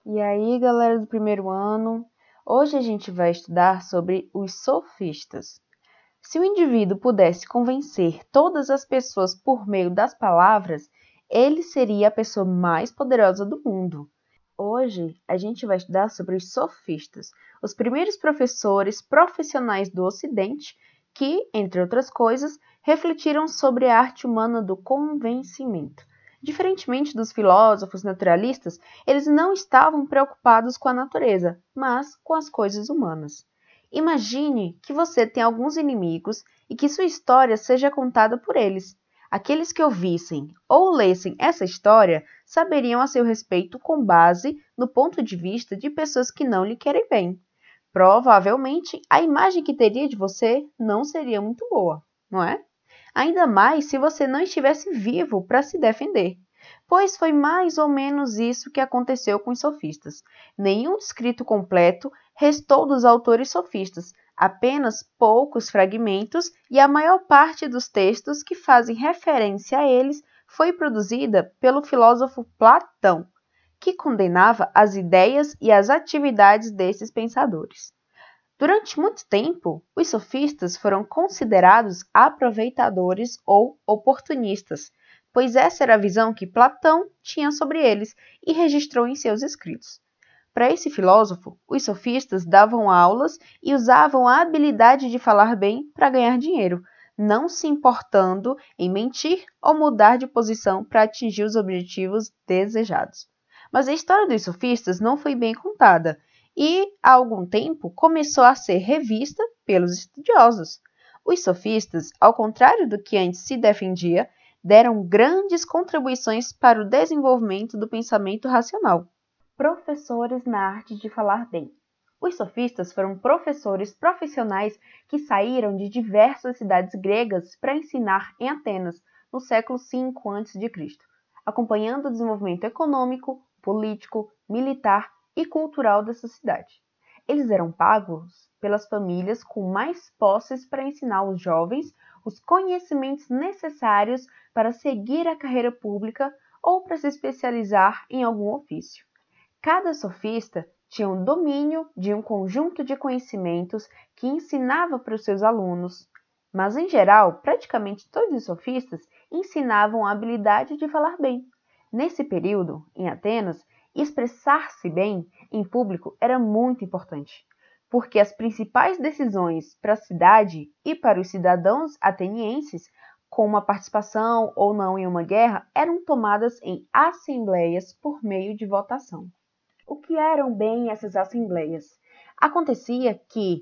E aí, galera do primeiro ano, hoje a gente vai estudar sobre os sofistas. Se o indivíduo pudesse convencer todas as pessoas por meio das palavras, ele seria a pessoa mais poderosa do mundo. Hoje a gente vai estudar sobre os sofistas, os primeiros professores profissionais do Ocidente que, entre outras coisas, refletiram sobre a arte humana do convencimento. Diferentemente dos filósofos naturalistas, eles não estavam preocupados com a natureza, mas com as coisas humanas. Imagine que você tem alguns inimigos e que sua história seja contada por eles. Aqueles que ouvissem ou lessem essa história saberiam a seu respeito com base no ponto de vista de pessoas que não lhe querem bem. Provavelmente, a imagem que teria de você não seria muito boa, não é? Ainda mais se você não estivesse vivo para se defender. Pois foi mais ou menos isso que aconteceu com os sofistas. Nenhum escrito completo restou dos autores sofistas, apenas poucos fragmentos, e a maior parte dos textos que fazem referência a eles foi produzida pelo filósofo Platão, que condenava as ideias e as atividades desses pensadores. Durante muito tempo, os sofistas foram considerados aproveitadores ou oportunistas, pois essa era a visão que Platão tinha sobre eles e registrou em seus escritos. Para esse filósofo, os sofistas davam aulas e usavam a habilidade de falar bem para ganhar dinheiro, não se importando em mentir ou mudar de posição para atingir os objetivos desejados. Mas a história dos sofistas não foi bem contada e, há algum tempo, começou a ser revista pelos estudiosos. Os sofistas, ao contrário do que antes se defendia, deram grandes contribuições para o desenvolvimento do pensamento racional. Professores na arte de falar bem. Os sofistas foram professores profissionais que saíram de diversas cidades gregas para ensinar em Atenas, no século V a.C., acompanhando o desenvolvimento econômico, político, militar e cultural dessa cidade. Eles eram pagos pelas famílias com mais posses para ensinar aos jovens os conhecimentos necessários para seguir a carreira pública ou para se especializar em algum ofício. Cada sofista tinha um domínio de um conjunto de conhecimentos que ensinava para os seus alunos, mas, em geral, praticamente todos os sofistas ensinavam a habilidade de falar bem. Nesse período, em Atenas, expressar-se bem em público era muito importante, porque as principais decisões para a cidade e para os cidadãos atenienses, como a participação ou não em uma guerra, eram tomadas em assembleias por meio de votação. O que eram bem essas assembleias? Acontecia que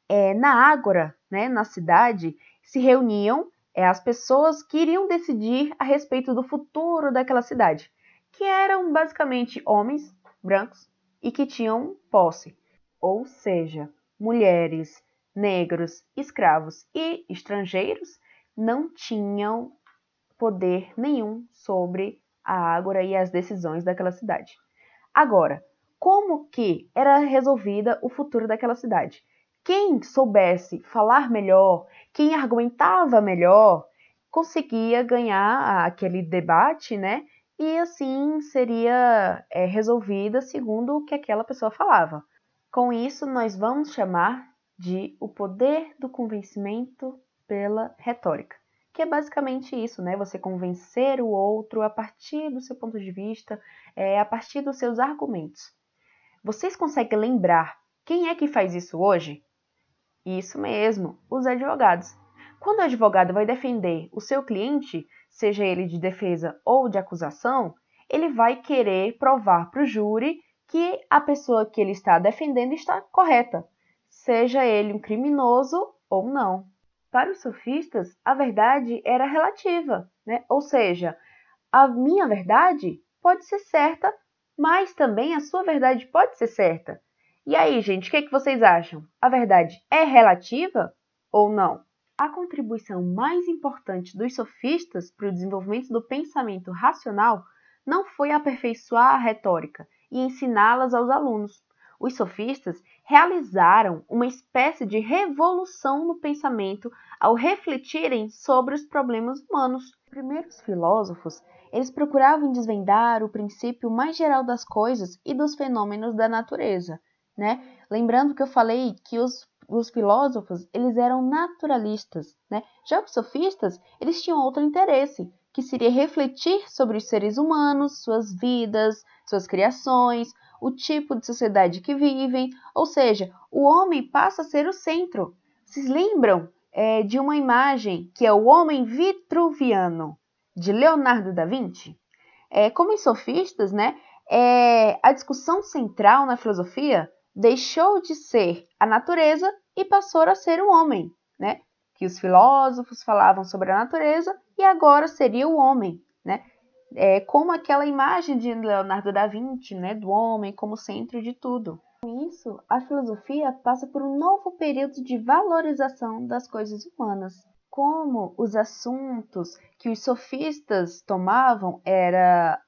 na ágora, na cidade, se reuniam as pessoas que iriam decidir a respeito do futuro daquela cidade, que eram basicamente homens brancos e que tinham posse, ou seja, mulheres, negros, escravos e estrangeiros não tinham poder nenhum sobre a ágora e as decisões daquela cidade. Agora, como que era resolvida o futuro daquela cidade? Quem soubesse falar melhor, quem argumentava melhor, conseguia ganhar aquele debate, E assim seria resolvida segundo o que aquela pessoa falava. Com isso, nós vamos chamar de o poder do convencimento pela retórica, que é basicamente isso, Você convencer o outro a partir do seu ponto de vista, a partir dos seus argumentos. Vocês conseguem lembrar quem é que faz isso hoje? Isso mesmo, os advogados. Quando o advogado vai defender o seu cliente, seja ele de defesa ou de acusação, ele vai querer provar para o júri que a pessoa que ele está defendendo está correta, seja ele um criminoso ou não. Para os sofistas, a verdade era relativa, Ou seja, a minha verdade pode ser certa, mas também a sua verdade pode ser certa. E aí, gente, o que vocês acham? A verdade é relativa ou não? A contribuição mais importante dos sofistas para o desenvolvimento do pensamento racional não foi aperfeiçoar a retórica e ensiná-las aos alunos. Os sofistas realizaram uma espécie de revolução no pensamento ao refletirem sobre os problemas humanos. Os primeiros filósofos, Eles procuravam desvendar o princípio mais geral das coisas e dos fenômenos da natureza, né? Lembrando que eu falei que os filósofos, eles eram naturalistas, né? Já os sofistas, eles tinham outro interesse, que seria refletir sobre os seres humanos, suas vidas, suas criações, o tipo de sociedade que vivem, ou seja, o homem passa a ser o centro. Vocês lembram de uma imagem que é o homem vitruviano, de Leonardo da Vinci? Como os sofistas, né, a discussão central na filosofia deixou de ser a natureza e passou a ser o homem, né? Que os filósofos falavam sobre a natureza e agora seria o homem, né? Como aquela imagem de Leonardo da Vinci, né, do homem como centro de tudo. Com isso, a filosofia passa por um novo período de valorização das coisas humanas. Como os assuntos que os sofistas tomavam era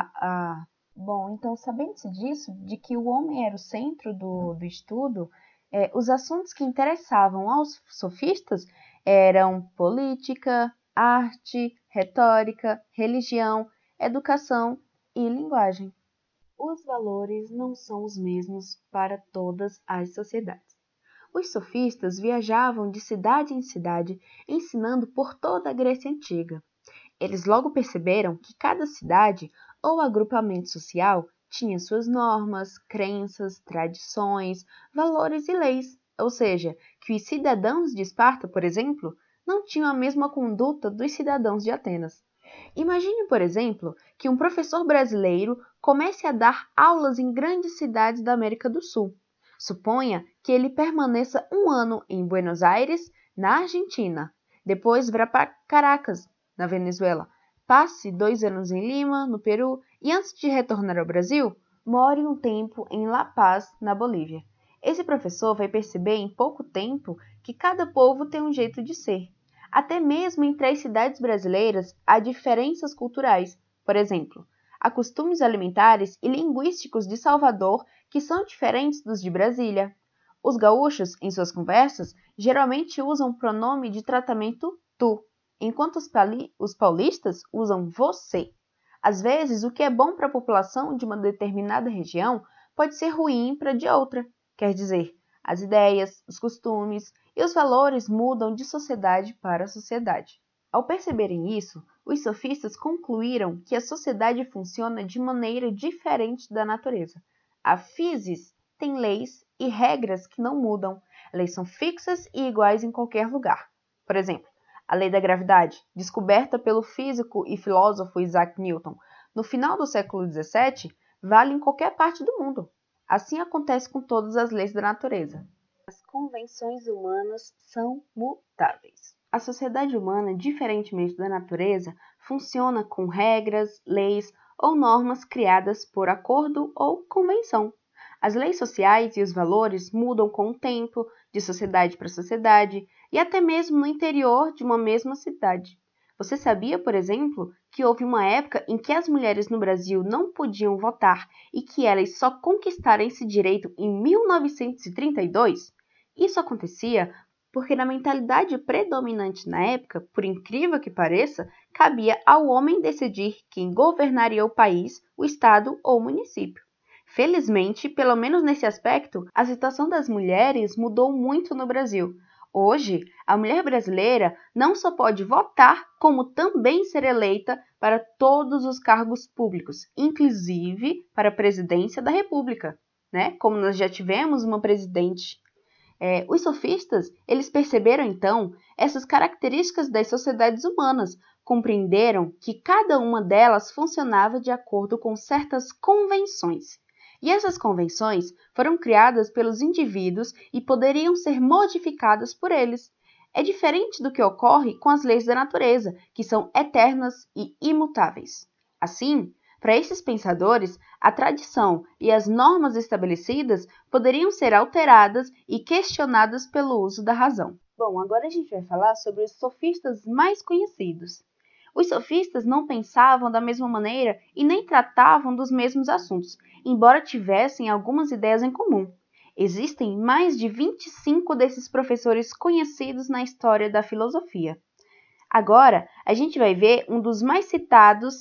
Bom, então, sabendo-se disso, de que o homem era o centro do estudo, os assuntos que interessavam aos sofistas eram política, arte, retórica, religião, educação e linguagem. Os valores não são os mesmos para todas as sociedades. Os sofistas viajavam de cidade em cidade, ensinando por toda a Grécia Antiga. Eles logo perceberam que cada cidade ou agrupamento social tinha suas normas, crenças, tradições, valores e leis, ou seja, que os cidadãos de Esparta, por exemplo, não tinham a mesma conduta dos cidadãos de Atenas. Imagine, por exemplo, que um professor brasileiro comece a dar aulas em grandes cidades da América do Sul. Suponha que ele permaneça um ano em Buenos Aires, na Argentina, depois vá para Caracas, na Venezuela, passe 2 anos em Lima, no Peru, e antes de retornar ao Brasil, more um tempo em La Paz, na Bolívia. Esse professor vai perceber em pouco tempo que cada povo tem um jeito de ser. Até mesmo entre as cidades brasileiras há diferenças culturais. Por exemplo, há costumes alimentares e linguísticos de Salvador que são diferentes dos de Brasília. Os gaúchos, em suas conversas, geralmente usam o pronome de tratamento tu, enquanto os paulistas usam você. Às vezes, o que é bom para a população de uma determinada região pode ser ruim para de outra. Quer dizer, as ideias, os costumes e os valores mudam de sociedade para sociedade. Ao perceberem isso, os sofistas concluíram que a sociedade funciona de maneira diferente da natureza. A physis tem leis e regras que não mudam. Leis são fixas e iguais em qualquer lugar. Por exemplo, a lei da gravidade, descoberta pelo físico e filósofo Isaac Newton no final do século XVII, vale em qualquer parte do mundo. Assim acontece com todas as leis da natureza. As convenções humanas são mutáveis. A sociedade humana, diferentemente da natureza, funciona com regras, leis ou normas criadas por acordo ou convenção. As leis sociais e os valores mudam com o tempo, de sociedade para sociedade, e até mesmo no interior de uma mesma cidade. Você sabia, por exemplo, que houve uma época em que as mulheres no Brasil não podiam votar e que elas só conquistaram esse direito em 1932? Isso acontecia porque na mentalidade predominante na época, por incrível que pareça, cabia ao homem decidir quem governaria o país, o estado ou o município. Felizmente, pelo menos nesse aspecto, a situação das mulheres mudou muito no Brasil. Hoje, a mulher brasileira não só pode votar, como também ser eleita para todos os cargos públicos, inclusive para a presidência da República, né? Como nós já tivemos uma presidente. Os sofistas, eles perceberam então essas características das sociedades humanas, compreenderam que cada uma delas funcionava de acordo com certas convenções. E essas convenções foram criadas pelos indivíduos e poderiam ser modificadas por eles. É diferente do que ocorre com as leis da natureza, que são eternas e imutáveis. Assim, para esses pensadores, a tradição e as normas estabelecidas poderiam ser alteradas e questionadas pelo uso da razão. Bom, agora a gente vai falar sobre os sofistas mais conhecidos. Os sofistas não pensavam da mesma maneira e nem tratavam dos mesmos assuntos, embora tivessem algumas ideias em comum. Existem mais de 25 desses professores conhecidos na história da filosofia. Agora, a gente vai ver um dos mais citados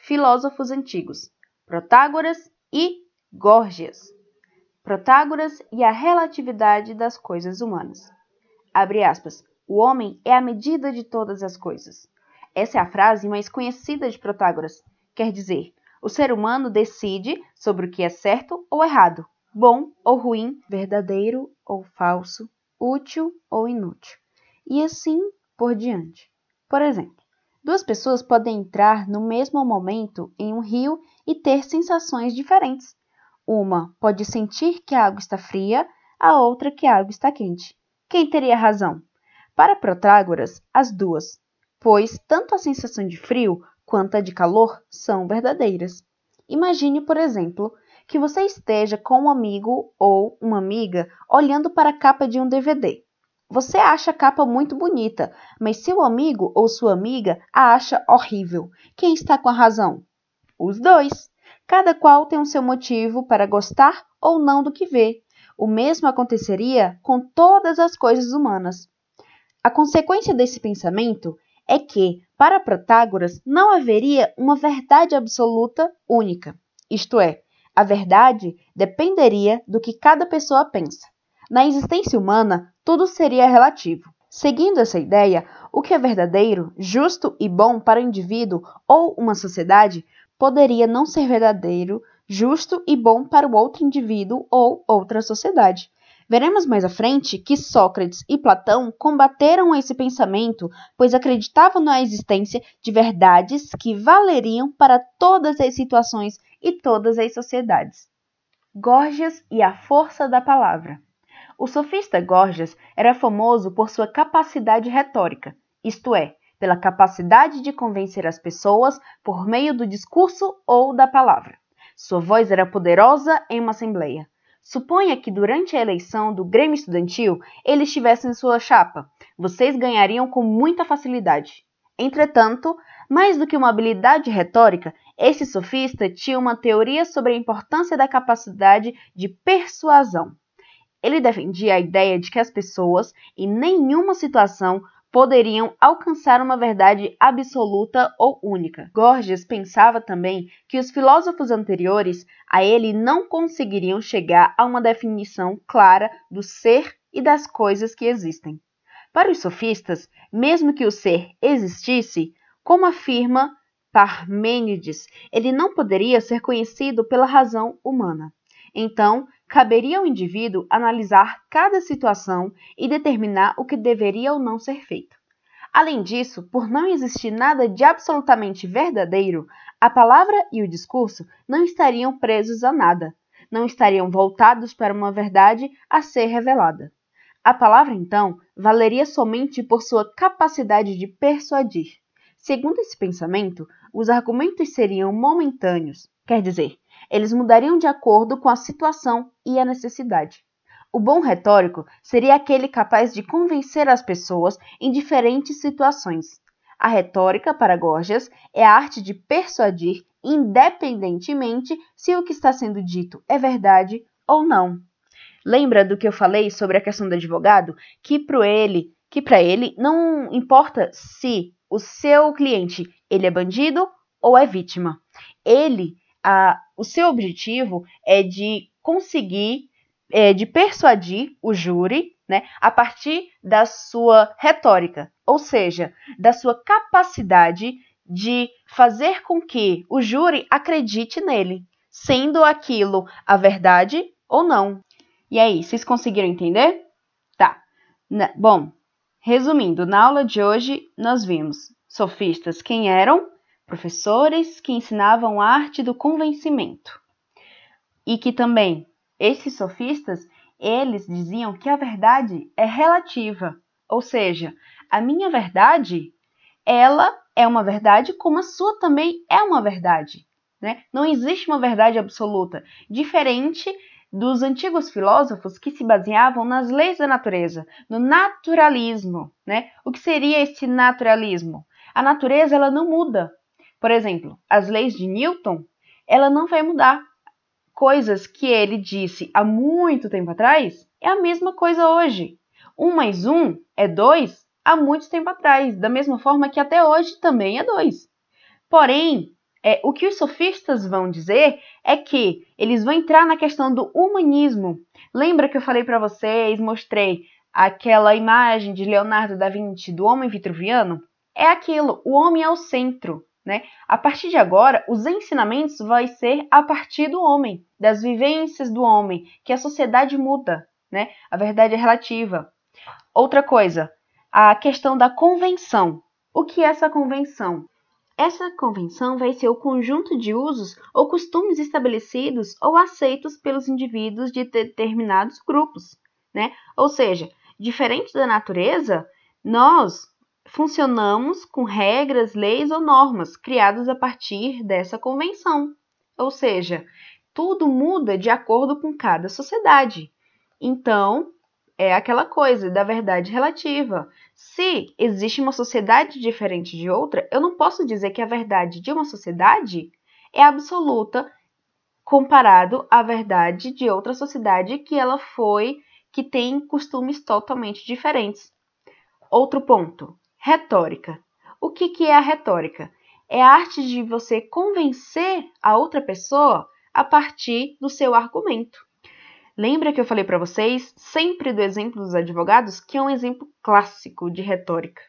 filósofos antigos, Protágoras e Górgias. Protágoras e a relatividade das coisas humanas. Abre aspas. O homem é a medida de todas as coisas. Essa é a frase mais conhecida de Protágoras. Quer dizer, o ser humano decide sobre o que é certo ou errado, bom ou ruim, verdadeiro ou falso, útil ou inútil. E assim por diante. Por exemplo, duas pessoas podem entrar no mesmo momento em um rio e ter sensações diferentes. Uma pode sentir que a água está fria, a outra que a água está quente. Quem teria razão? Para Protágoras, as duas, pois tanto a sensação de frio quanto a de calor são verdadeiras. Imagine, por exemplo, que você esteja com um amigo ou uma amiga olhando para a capa de um DVD. Você acha a capa muito bonita, mas seu amigo ou sua amiga a acha horrível. Quem está com a razão? Os dois. Cada qual tem o seu motivo para gostar ou não do que vê. O mesmo aconteceria com todas as coisas humanas. A consequência desse pensamento é que, para Protágoras, não haveria uma verdade absoluta única. Isto é, a verdade dependeria do que cada pessoa pensa. Na existência humana, tudo seria relativo. Seguindo essa ideia, o que é verdadeiro, justo e bom para o indivíduo ou uma sociedade poderia não ser verdadeiro, justo e bom para o outro indivíduo ou outra sociedade. Veremos mais à frente que Sócrates e Platão combateram esse pensamento, pois acreditavam na existência de verdades que valeriam para todas as situações e todas as sociedades. Górgias e a força da palavra. O sofista Górgias era famoso por sua capacidade retórica, isto é, pela capacidade de convencer as pessoas por meio do discurso ou da palavra. Sua voz era poderosa em uma assembleia. Suponha que durante a eleição do Grêmio Estudantil ele estivesse em sua chapa. Vocês ganhariam com muita facilidade. Entretanto, mais do que uma habilidade retórica, esse sofista tinha uma teoria sobre a importância da capacidade de persuasão. Ele defendia a ideia de que as pessoas, em nenhuma situação, poderiam alcançar uma verdade absoluta ou única. Górgias pensava também que os filósofos anteriores a ele não conseguiriam chegar a uma definição clara do ser e das coisas que existem. Para os sofistas, mesmo que o ser existisse, como afirma Parmênides, ele não poderia ser conhecido pela razão humana. Então, caberia ao indivíduo analisar cada situação e determinar o que deveria ou não ser feito. Além disso, por não existir nada de absolutamente verdadeiro, a palavra e o discurso não estariam presos a nada, não estariam voltados para uma verdade a ser revelada. A palavra, então, valeria somente por sua capacidade de persuadir. Segundo esse pensamento, os argumentos seriam momentâneos, quer dizer, eles mudariam de acordo com a situação e a necessidade. O bom retórico seria aquele capaz de convencer as pessoas em diferentes situações. A retórica, para Górgias, é a arte de persuadir independentemente se o que está sendo dito é verdade ou não. Lembra do que eu falei sobre a questão do advogado? Que para ele não importa se o seu cliente ele é bandido ou é vítima. O seu objetivo é de conseguir, de persuadir o júri, né, a partir da sua retórica, ou seja, da sua capacidade de fazer com que o júri acredite nele, sendo aquilo a verdade ou não. E aí, vocês conseguiram entender? Tá. Bom, resumindo, na aula de hoje nós vimos sofistas quem eram, professores que ensinavam a arte do convencimento. E que também, esses sofistas, eles diziam que a verdade é relativa. Ou seja, a minha verdade, ela é uma verdade como a sua também é uma verdade, né? Não existe uma verdade absoluta, diferente dos antigos filósofos que se baseavam nas leis da natureza, no naturalismo, né? O que seria esse naturalismo? A natureza ela não muda. Por exemplo, as leis de Newton, ela não vai mudar. Coisas que ele disse há muito tempo atrás é a mesma coisa hoje. 1 mais 1 é 2 há muito tempo atrás, da mesma forma que até hoje também é 2. Porém, O que os sofistas vão dizer é que eles vão entrar na questão do humanismo. Lembra que eu falei para vocês, mostrei aquela imagem de Leonardo da Vinci do homem vitruviano? É aquilo, o homem é o centro, né? A partir de agora, os ensinamentos vão ser a partir do homem, das vivências do homem, que a sociedade muda, né? A verdade é relativa. Outra coisa, a questão da convenção. O que é essa convenção? Essa convenção vai ser o conjunto de usos ou costumes estabelecidos ou aceitos pelos indivíduos de determinados grupos, né? Ou seja, diferente da natureza, nós funcionamos com regras, leis ou normas criadas a partir dessa convenção. Ou seja, tudo muda de acordo com cada sociedade. Então, é aquela coisa da verdade relativa. Se existe uma sociedade diferente de outra, eu não posso dizer que a verdade de uma sociedade é absoluta comparado à verdade de outra sociedade que tem costumes totalmente diferentes. Outro ponto, retórica. O que é a retórica? É a arte de você convencer a outra pessoa a partir do seu argumento. Lembra que eu falei para vocês sempre do exemplo dos advogados, que é um exemplo clássico de retórica.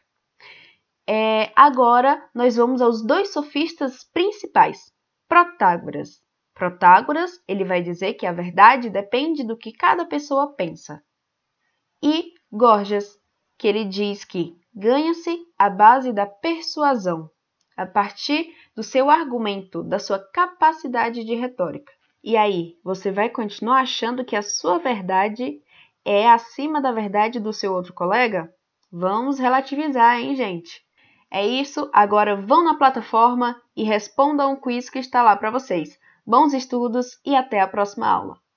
Agora, nós vamos aos dois sofistas principais. Protágoras. Protágoras, ele vai dizer que a verdade depende do que cada pessoa pensa. E Gorgias, que ele diz que ganha-se à base da persuasão, a partir do seu argumento, da sua capacidade de retórica. E aí, você vai continuar achando que a sua verdade é acima da verdade do seu outro colega? Vamos relativizar, hein, gente? É isso, agora vão na plataforma e respondam o quiz que está lá para vocês. Bons estudos e até a próxima aula!